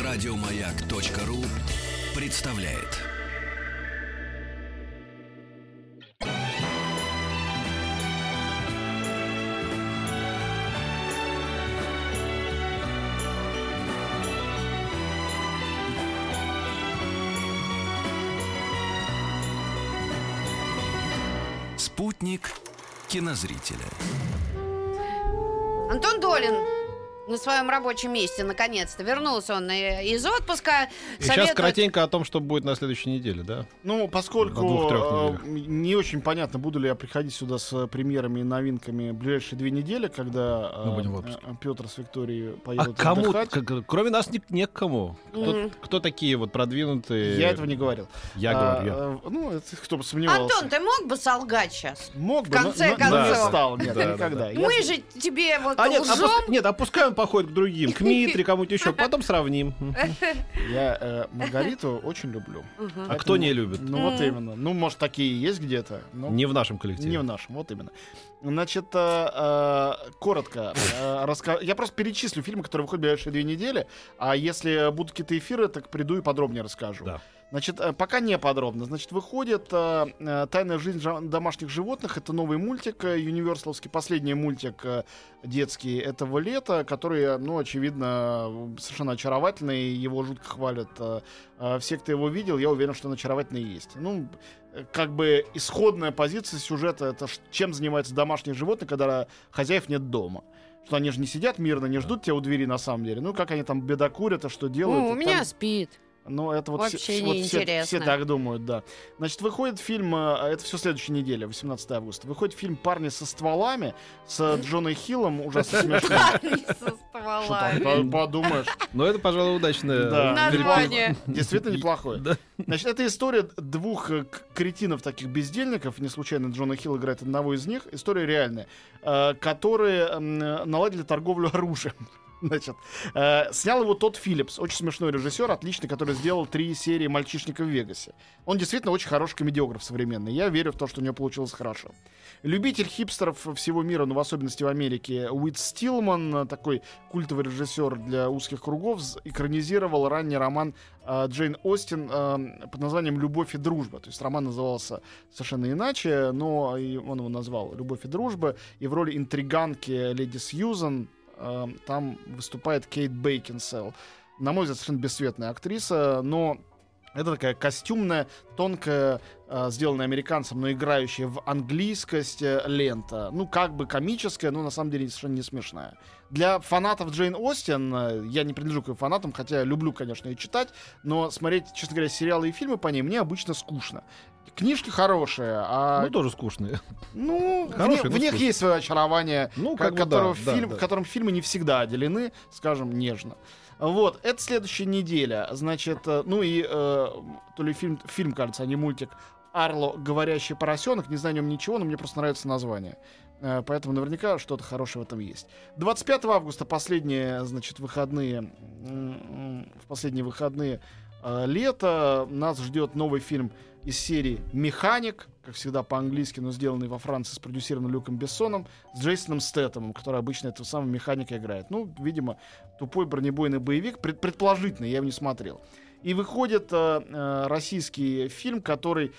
Радиомаяк.ру представляет. Спутник кинозрителя. Антон Долин на своем рабочем месте, наконец-то. Вернулся он из отпуска. Сейчас коротенько о том, что будет на следующей неделе, да? Ну, поскольку На 2-3 неделях. не очень понятно, буду ли я приходить сюда с премьерами и новинками в ближайшие 2 недели, когда Мы будем в отпуске. Петр с Викторией А поедут кому? отдыхать. Кроме нас не к кому. Кто такие вот продвинутые? Я этого не говорил. Я говорю. Ну, это кто бы сомневался. Антон, ты мог бы солгать сейчас? Мог в бы, конце но концов. не стал. Нет, Да, никогда. Я- Мы же тебе вот Нет, лжем. опускай он походит к другим, к Митре, кому-нибудь еще. Потом сравним. Я Маргариту очень люблю. А кто не любит? Ну, вот именно. Ну, может, такие есть где-то. но Не в нашем коллективе. Не в нашем, вот именно. Значит, коротко. Я просто перечислю фильмы, которые выходят в ближайшие 2 недели. А если будут какие-то эфиры, так приду и подробнее расскажу. Да. Значит, пока не подробно. Значит, выходит «Тайная жизнь домашних животных». Это новый мультик юниверсаловский, последний мультик детский этого лета, который, ну, очевидно, совершенно очаровательный. Его жутко хвалят. Все, кто его видел, я уверен, что он очаровательный есть. Ну, как бы исходная позиция сюжета — это чем занимаются домашние животные, когда хозяев нет дома. Что они же не сидят мирно, не ждут тебя у двери на самом деле. Ну, как они там бедокурят, а что делают. У и меня там- спит. Ну, это вот Вообще все неинтересно. так думают, да. Значит, выходит фильм, это все следующая неделя, 18 августа. Выходит фильм «Парни со стволами» с Джоной Хиллом, ужасно смешно. Парни со Что стволами. там, подумаешь. Но это, пожалуй, удачное. Да. Название. Действительно неплохое. Да. Значит, это история 2 кретинов, таких бездельников, не случайно Джона Хилл играет одного из них, история реальная, которые наладили торговлю оружием. Значит, снял его Тодд Филлипс, очень смешной режиссер, отличный, который сделал 3 серии «Мальчишника в Вегасе». Он действительно очень хороший комедиограф современный. Я верю в то, что у него получилось хорошо. Любитель хипстеров всего мира, но в особенности в Америке, Уит Стилман, такой культовый режиссер для узких кругов, экранизировал ранний роман Джейн Остин под названием «Любовь и дружба». То есть роман назывался совершенно иначе, но и он его назвал «Любовь и дружба». И в роли интриганки леди Сьюзан там выступает Кейт Бейкинсейл. На мой взгляд, совершенно бесцветная актриса, но это такая костюмная, тонкая, сделанная американцем, но играющая в английскость лента. Ну, как бы комическая, но на самом деле совершенно не смешная. Для фанатов Джейн Остин, я не принадлежу к ее фанатам, хотя люблю, конечно, ее читать, но смотреть, честно говоря, сериалы и фильмы по ней мне обычно скучно. Книжки хорошие, а... Ну, тоже скучные. Ну, Хорошие, в но них скучные. есть свое очарование, Ну, как бы да, да. которым фильмы не всегда отделены, скажем, нежно. Вот, это следующая неделя. Значит, ну и то ли фильм, кажется, а не мультик, «Арло. Говорящий поросенок». Не знаю о нем ничего, но мне просто нравится название. Поэтому наверняка что-то хорошее в этом есть. 25 августа, последние, значит, выходные, в последние выходные лета нас ждет новый фильм из серии «Механик», как всегда по-английски, но сделанный во Франции, спродюсированный Люком Бессоном, с Джейсоном Стэтэмом, который обычно этого самого механика играет. Ну, видимо, тупой бронебойный боевик, предположительно, я его не смотрел. И выходит российский фильм, который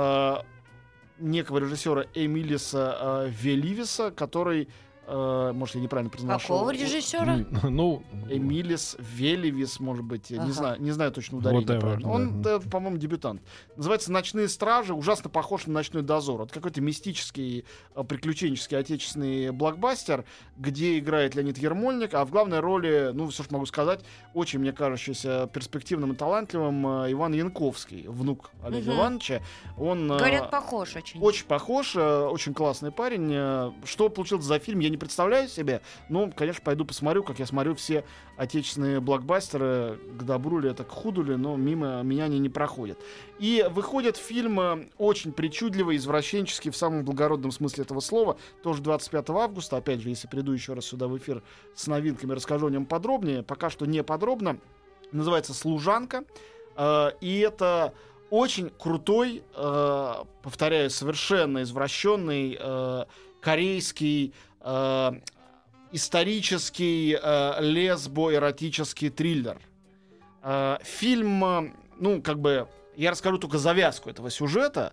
некого режиссера Эмилиса Веливиса, который, может, я неправильно произношу. Какого режиссера? Ну, Эмилис Веливис, может быть, Ага. не знаю точно ударение. Whatever, Правильно. Он, да. по-моему, дебютант. Называется «Ночные стражи», ужасно похож на «Ночной дозор». Это какой-то мистический, приключенческий отечественный блокбастер, где играет Леонид Ермольник, а в главной роли, ну, все, что могу сказать, очень, мне кажущийся перспективным и талантливым Иван Янковский, внук Олега Ивановича. Он, Говорят, похож очень. очень похож, очень классный парень. Что получилось за фильм, я не представляю себе. Но, конечно, пойду посмотрю, как я смотрю все отечественные блокбастеры. К добру ли это, к худу ли, но мимо меня они не проходят. И выходит фильм очень причудливый, извращенческий в самом благородном смысле этого слова. Тоже 25 августа. Опять же, если приду еще раз сюда в эфир с новинками, расскажу о нем подробнее. Пока что не подробно. Называется «Служанка». И это очень крутой, повторяю, совершенно извращенный корейский исторический лесбо-эротический триллер. Фильм, я расскажу только завязку этого сюжета.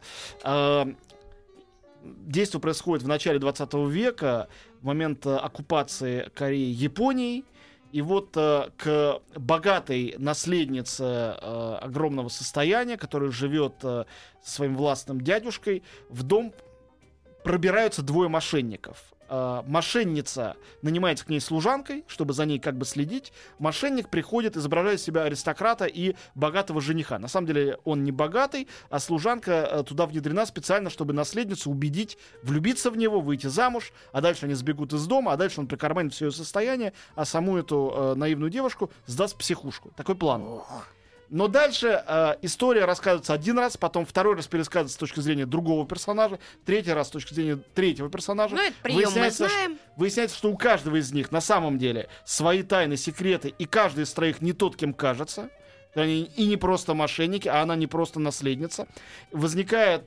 Действие происходит в начале 20 века, в момент оккупации Кореи Японией. И вот к богатой наследнице огромного состояния, которая живет со своим властным дядюшкой, в дом пробираются двое мошенников. Мошенница нанимается к ней служанкой, чтобы за ней как бы следить. Мошенник приходит, изображая себя аристократа и богатого жениха. На самом деле он не богатый, а служанка туда внедрена специально, чтобы наследницу убедить влюбиться в него, выйти замуж, а дальше они сбегут из дома, а дальше он прикарманит все ее состояние, а саму эту наивную девушку сдаст в психушку. Такой план. Но дальше история рассказывается один раз, потом второй раз пересказывается с точки зрения другого персонажа, третий раз с точки зрения третьего персонажа. Ну, это прием мы знаем. Выясняется, что у каждого из них на самом деле свои тайны, секреты, и каждый из троих не тот, кем кажется. Они и не просто мошенники, а она не просто наследница. Возникает,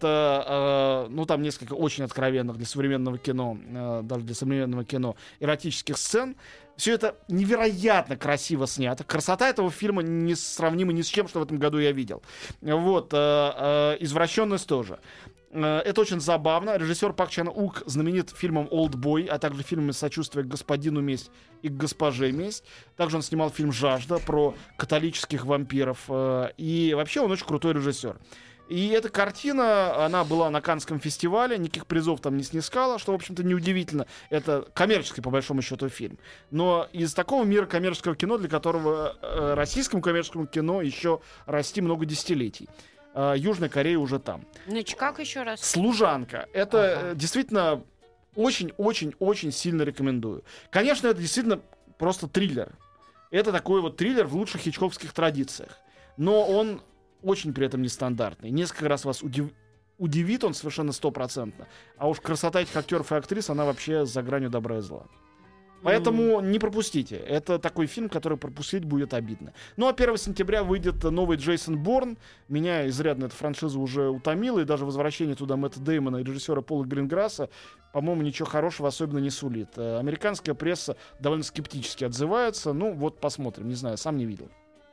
там несколько очень откровенных для современного кино, даже для современного кино, эротических сцен. Все это невероятно красиво снято. Красота этого фильма не сравнима ни с чем, что в этом году я видел. Вот, извращенность тоже. Это очень забавно. Режиссер Пак Чан Ук знаменит фильмом «Олдбой», а также фильмами «Сочувствие к господину месть» и к госпоже месть. Также он снимал фильм «Жажда» про католических вампиров. И вообще он очень крутой режиссер. И эта картина, она была на Каннском фестивале, никаких призов там не снискала, что, в общем-то, неудивительно. Это коммерческий, по большому счету, фильм. Но из такого мира коммерческого кино, для которого российскому коммерческому кино еще расти много десятилетий. Южная Корея уже там. Значит, как еще раз? «Служанка». Это действительно очень-очень-очень сильно рекомендую. Конечно, это действительно просто триллер. Это такой вот триллер в лучших хичкоковских традициях. Но он очень при этом нестандартный. Несколько раз вас удивит он совершенно стопроцентно. А уж красота этих актеров и актрис, она вообще за гранью добра и зла. Поэтому не пропустите. Это такой фильм, который пропустить будет обидно. Ну а 1 сентября выйдет новый Джейсон Борн. Меня изрядно эта франшиза уже утомила. И даже возвращение туда Мэтта Дэймона и режиссера Пола Гринграсса, по-моему, ничего хорошего особенно не сулит. Американская пресса довольно скептически отзывается. Ну вот посмотрим. Не знаю, сам не видел.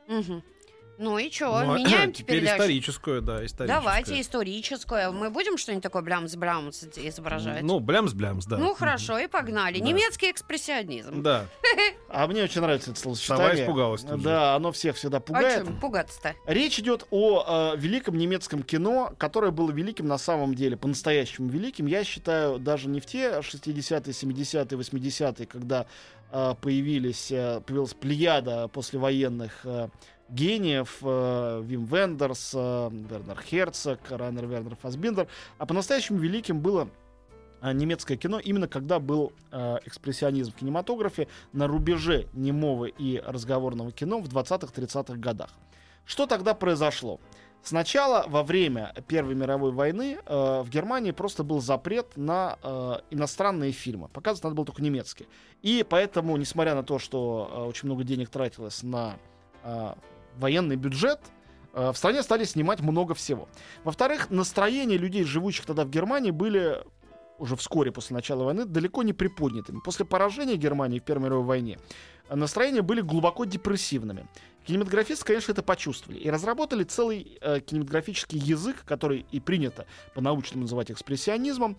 Ну и что, меняем теперь историческую, да, историческую. Давайте историческую. Мы будем что-нибудь такое блямс-блямс изображать? Ну, блямс-блямс, да. Ну хорошо, и погнали. Да. Немецкий экспрессионизм. Да. А мне очень нравится это словосочетание. Сова испугалась тут же. Да, оно всех всегда А пугает. что пугаться-то? Речь идет о великом немецком кино, которое было великим на самом деле, по-настоящему великим. Я считаю, даже не в те 60-е, 70-е, 80-е, когда появилась плеяда послевоенных гениев, Вим Вендерс, Вернер Херцог, Райнер Вернер Фассбиндер. А по-настоящему великим было немецкое кино, именно когда был экспрессионизм в кинематографе на рубеже немого и разговорного кино в 20-30-х годах. Что тогда произошло? Сначала, во время Первой мировой войны, в Германии просто был запрет на иностранные фильмы. Показывать надо было только немецкие. И поэтому, несмотря на то, что очень много денег тратилось на военный бюджет, в стране стали снимать много всего. Во-вторых, настроения людей, живущих тогда в Германии, были уже вскоре после начала войны далеко не приподнятыми. После поражения Германии в Первой мировой войне настроения были глубоко депрессивными. Кинематографисты, конечно, это почувствовали и разработали целый кинематографический язык, который и принято по-научному называть экспрессионизмом,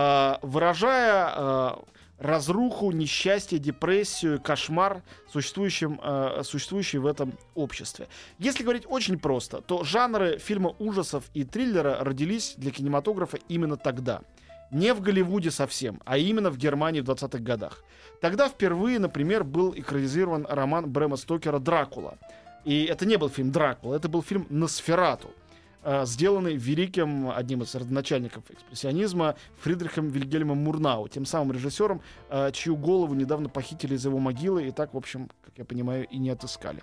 выражая разруху, несчастье, депрессию, кошмар, существующий в этом обществе. Если говорить очень просто, то жанры фильма ужасов и триллера родились для кинематографа именно тогда. Не в Голливуде совсем, а именно в Германии в 20-х годах. Тогда впервые, например, был экранизирован роман Брэма Стокера «Дракула». И это не был фильм «Дракула», это был фильм «Носферату», сделанный великим, одним из родоначальников экспрессионизма, Фридрихом Вильгельмом Мурнау, тем самым режиссером, чью голову недавно похитили из его могилы и так, в общем, как я понимаю, и не отыскали.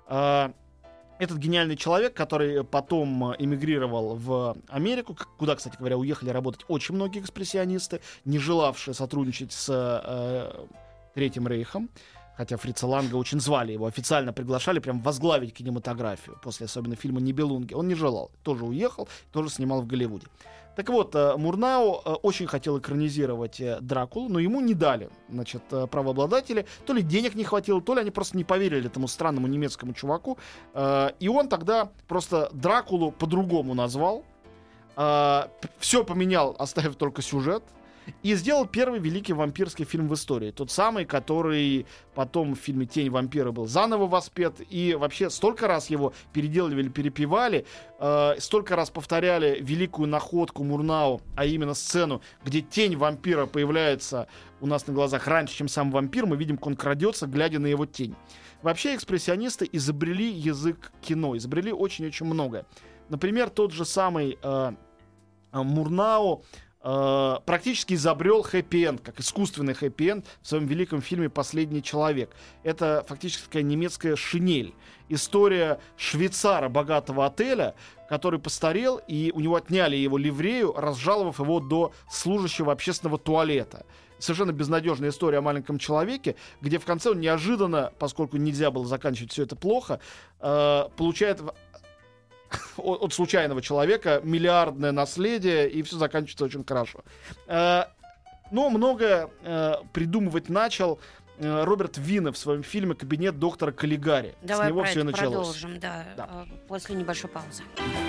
Этот гениальный человек, который потом эмигрировал в Америку, куда, кстати говоря, уехали работать очень многие экспрессионисты, не желавшие сотрудничать с Третьим Рейхом, хотя Фрица Ланга очень звали его, официально приглашали прям возглавить кинематографию после особенно фильма «Нибелунги». Он не желал, тоже уехал, тоже снимал в Голливуде. Так вот, Мурнау очень хотел экранизировать Дракулу, но ему не дали, значит, правообладатели. То ли денег не хватило, то ли они просто не поверили этому странному немецкому чуваку. И он тогда просто Дракулу по-другому назвал. Все поменял, оставив только сюжет. И сделал первый великий вампирский фильм в истории. Тот самый, который потом в фильме «Тень вампира» был заново воспет. И вообще столько раз его переделывали, перепевали. Столько раз повторяли великую находку Мурнау, а именно сцену, где тень вампира появляется у нас на глазах раньше, чем сам вампир. Мы видим, как он крадется, глядя на его тень. Вообще экспрессионисты изобрели язык кино. Изобрели очень-очень многое. Например, тот же самый Мурнау практически изобрел хэппи-энд, как искусственный хэппи-энд в своем великом фильме «Последний человек». Это фактически такая немецкая шинель. История швейцара богатого отеля, который постарел, и у него отняли его ливрею, разжаловав его до служащего общественного туалета. Совершенно безнадежная история о маленьком человеке, где в конце он неожиданно, поскольку нельзя было заканчивать все это плохо, получает от случайного человека миллиардное наследие, и все заканчивается очень хорошо. Но многое придумывать начал Роберт Вине в своем фильме «Кабинет доктора Каллигари». Давай с него про все это началось. Продолжим, да, после небольшой паузы.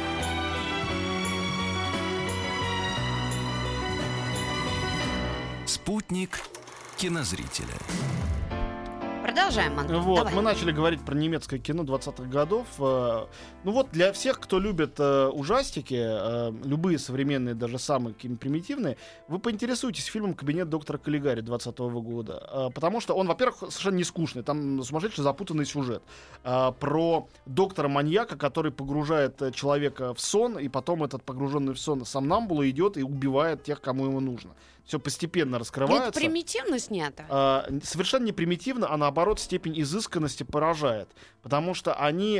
Спутник кинозрителя. Продолжаем, Антон. Вот, Давай. мы начали говорить про немецкое кино 20-х годов. Ну вот, для всех, кто любит ужастики, любые современные, даже самые примитивные, вы поинтересуетесь фильмом «Кабинет доктора Каллигари» 20-го года. Потому что он, во-первых, совершенно не скучный. Там сумасшедший запутанный сюжет. Про доктора-маньяка, который погружает человека в сон, и потом этот погруженный в сон сомнамбула идет и убивает тех, кому ему нужно. Все постепенно раскрывается. Это примитивно снято. Совершенно не примитивно, а наоборот степень изысканности поражает. Потому что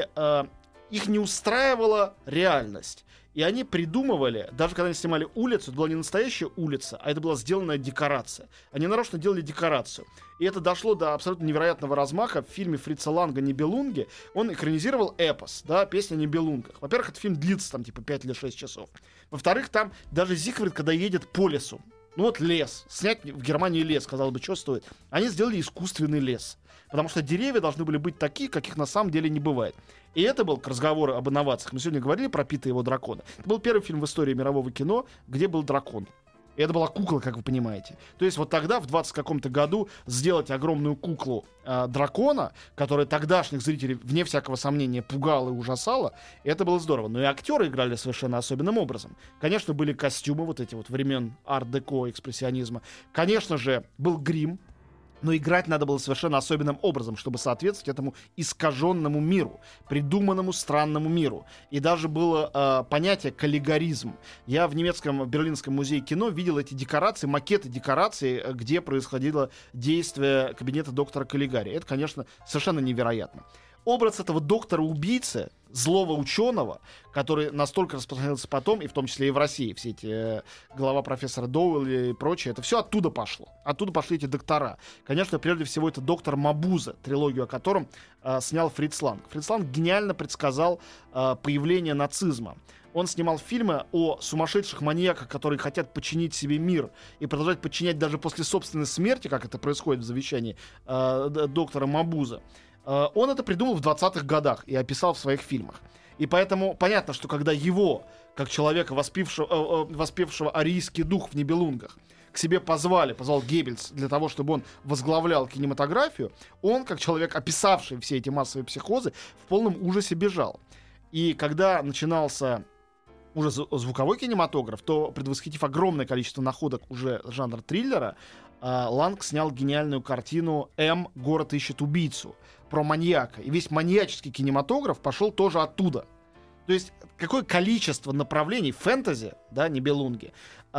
их не устраивала реальность. И они придумывали, даже когда они снимали улицу, это была не настоящая улица, а это была сделанная декорация. Они нарочно делали декорацию. И это дошло до абсолютно невероятного размаха. В фильме Фрица Ланга «Нибелунги» он экранизировал эпос, да, песня о Нибелунгах. Во-первых, этот фильм длится там типа 5 или 6 часов. Во-вторых, там даже Зигфрид, когда едет по лесу, ну вот лес, снять в Германии лес, казалось бы, что стоит. Они сделали искусственный лес. Потому что деревья должны были быть такие, каких на самом деле не бывает. И это был к разговору об инновациях. Мы сегодня говорили про Пита и его дракона. Это был первый фильм в истории мирового кино, где был дракон. И это была кукла, как вы понимаете. То есть вот тогда, в 20 каком-то году, сделать огромную куклу дракона, которая тогдашних зрителей, вне всякого сомнения, пугала и ужасала, это было здорово. Но и актеры играли совершенно особенным образом. Конечно, были костюмы вот эти вот времен арт-деко, экспрессионизма. Конечно же, был грим. Но играть надо было совершенно особенным образом, чтобы соответствовать этому искаженному миру, придуманному странному миру. И даже было понятие каллигаризм. Я в немецком Берлинском музее кино видел эти декорации, макеты декораций, где происходило действие кабинета доктора Каллигари. Это, конечно, совершенно невероятно. Образ этого доктора-убийцы, злого ученого, который настолько распространился потом, и в том числе и в России, все эти глава профессора Доуэлля и прочее, это все оттуда пошло. Оттуда пошли эти доктора. Конечно, прежде всего, это доктор Мабузе, трилогию о котором снял Фриц Ланг. Фриц Ланг гениально предсказал появление нацизма. Он снимал фильмы о сумасшедших маньяках, которые хотят подчинить себе мир и продолжать подчинять даже после собственной смерти, как это происходит в завещании доктора Мабузе. Он это придумал в 20-х годах и описал в своих фильмах. И поэтому понятно, что когда его, как человека, воспевшего арийский дух в «Нибелунгах», к себе позвал Геббельс для того, чтобы он возглавлял кинематографию, он, как человек, описавший все эти массовые психозы, в полном ужасе бежал. И когда начинался уже звуковой кинематограф, то, предвосхитив огромное количество находок уже жанра триллера, Ланг снял гениальную картину «М. Город ищет убийцу» про маньяка. И весь маньяческий кинематограф пошел тоже оттуда. То есть какое количество направлений фэнтези, да, «Нибелунги»,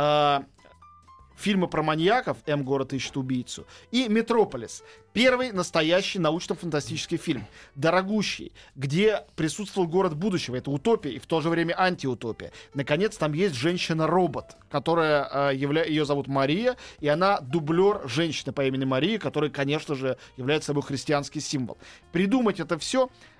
фильмы про маньяков «М. Город ищет убийцу» и «Метрополис». Первый настоящий научно-фантастический фильм. Дорогущий, где присутствовал город будущего. Это утопия и в то же время антиутопия. Наконец, там есть женщина-робот, которая ее зовут Мария, и она дублер женщины по имени Мария, которая, конечно же, является собой христианский символ. Придумать это все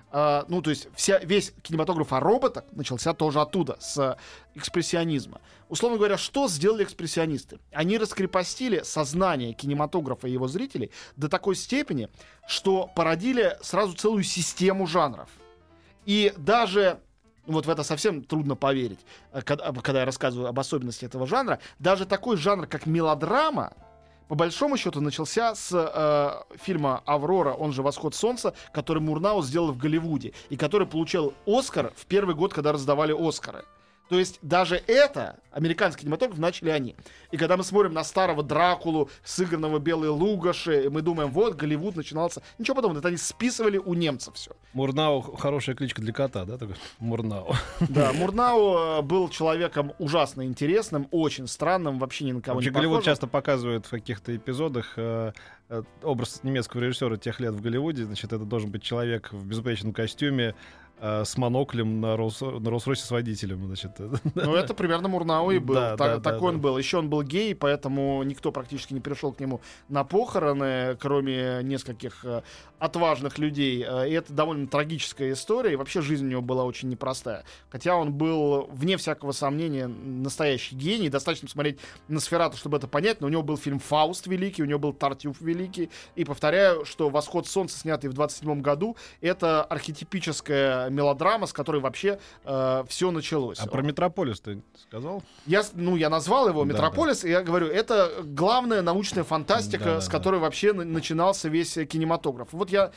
ну, то есть весь кинематограф о роботах начался тоже оттуда, с экспрессионизма. Условно говоря, что сделали экспрессионисты? Они раскрепостили сознание кинематографа и его зрителей до такой степени, что породили сразу целую систему жанров. И даже, вот в это совсем трудно поверить, когда я рассказываю об особенности этого жанра, даже такой жанр, как мелодрама, по большому счету начался с фильма «Аврора», он же «Восход солнца», который Мурнау сделал в Голливуде, и который получил «Оскар» в первый год, когда раздавали «Оскары». То есть даже это, американский кинематограф, начали они. И когда мы смотрим на старого Дракулу, сыгранного Белой Лугоши, мы думаем, вот, Голливуд начинался. Ничего подобного, это они списывали у немцев все. Мурнау — хорошая кличка для кота, да? Такой? Мурнау. Да, Мурнау был человеком ужасно интересным, очень странным, вообще ни на кого вообще, не похожим. Голливуд часто показывает в каких-то эпизодах образ немецкого режиссера тех лет в Голливуде. Значит, это должен быть человек в безупречном костюме, с моноклем на Роллс-Ройсе с водителем, значит. Ну, это примерно Мурнау и был. Да, такой он был. Еще он был гей, поэтому никто практически не пришел к нему на похороны, кроме нескольких отважных людей. И это довольно трагическая история, и вообще жизнь у него была очень непростая. Хотя он был, вне всякого сомнения, настоящий гений. Достаточно смотреть «Носферату», чтобы это понять, но у него был фильм «Фауст» великий, у него был «Тартюф» великий. И повторяю, что «Восход солнца», снятый в 27 году, это архетипическая мелодрама, с которой вообще все началось. А про «Метрополис» ты сказал? Я назвал его «Метрополис», да. и я говорю, это главная научная фантастика, с которой вообще начинался весь кинематограф. Вот я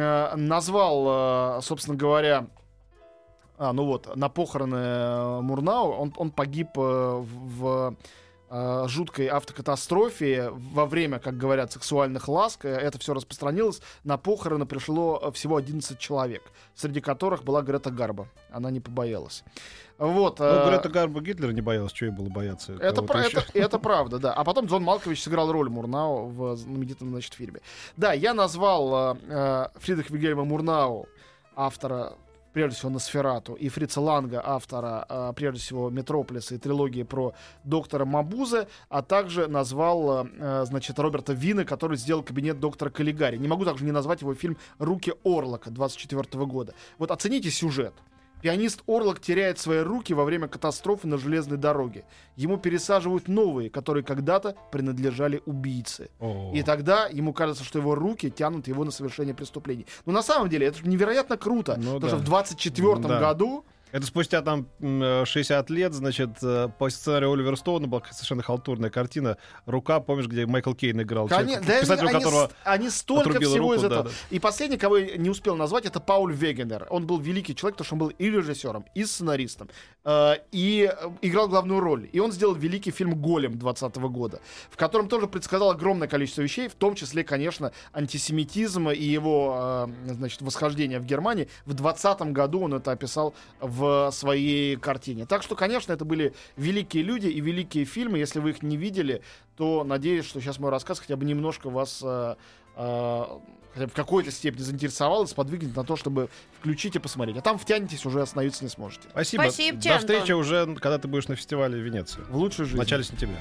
назвал, собственно говоря, на похороны Мурнау, он погиб в жуткой автокатастрофе во время, как говорят, сексуальных ласк. Это все распространилось. На похороны пришло всего 11 человек, среди которых была Грета Гарбо. Она не побоялась. Вот. Грета Гарбо Гитлера не боялась, что ей было бояться? Это правда, да. А потом Джон Малкович сыграл роль Мурнау в знаменитом, значит, фильме. Да, я назвал Фридриха Вильгельма Мурнау, автора, прежде всего, «Носферату», и Фрица Ланга, автора, прежде всего, «Метрополиса» и трилогии про доктора Мабузе, а также назвал, значит, Роберта Вина, который сделал «Кабинет доктора Каллигари». Не могу также не назвать его фильм «Руки Орлока» 24 года. Вот оцените сюжет. Пианист Орлок теряет свои руки во время катастрофы на железной дороге. Ему пересаживают новые, которые когда-то принадлежали убийце. И тогда ему кажется, что его руки тянут его на совершение преступлений. Но на самом деле это же невероятно круто. Потому что в 24-м году... Это спустя там 60 лет, значит, по сценарию Оливера Стоуна была совершенно халтурная картина «Рука», помнишь, где Майкл Кейн играл? Писатель, у которого они столько всего руку, из этого. И последний, кого я не успел назвать, это Пауль Вегенер. Он был великий человек, потому что он был и режиссером, и сценаристом, и играл главную роль. И он сделал великий фильм «Голем» 20 года, в котором тоже предсказал огромное количество вещей, в том числе, конечно, антисемитизм и его, значит, восхождение в Германии. В 20 году он это описал в своей картине. Так что, конечно, это были великие люди и великие фильмы. Если вы их не видели, то надеюсь, что сейчас мой рассказ хотя бы немножко вас хотя бы в какой-то степени заинтересовал и сподвигнет на то, чтобы включить и посмотреть. А там втянетесь, уже остановиться не сможете. Спасибо. До встречи уже, когда ты будешь на фестивале в Венеции. В лучшей жизни. В начале сентября.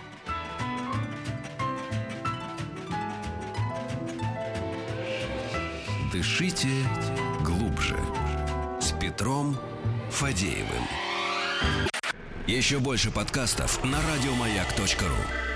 Дышите глубже. С Петром Фадеевым. Еще больше подкастов на радиомаяк.ру.